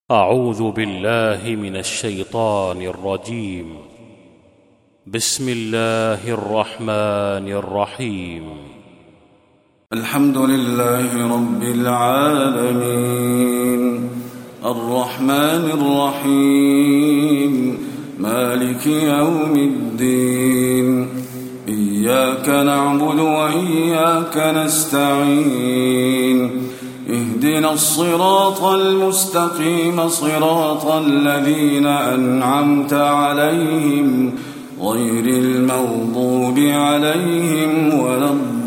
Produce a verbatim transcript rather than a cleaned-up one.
أعوذ بالله من الشيطان الرجيم. بسم الله الرحمن الرحيم. الحمد لله رب العالمين الرحمن الرحيم مالك يوم الدين إياك نعبد وإياك نستعين اهدنا الصراط المستقيم صراط الذين أنعمت عليهم غير المغضوب عليهم ولا الضالين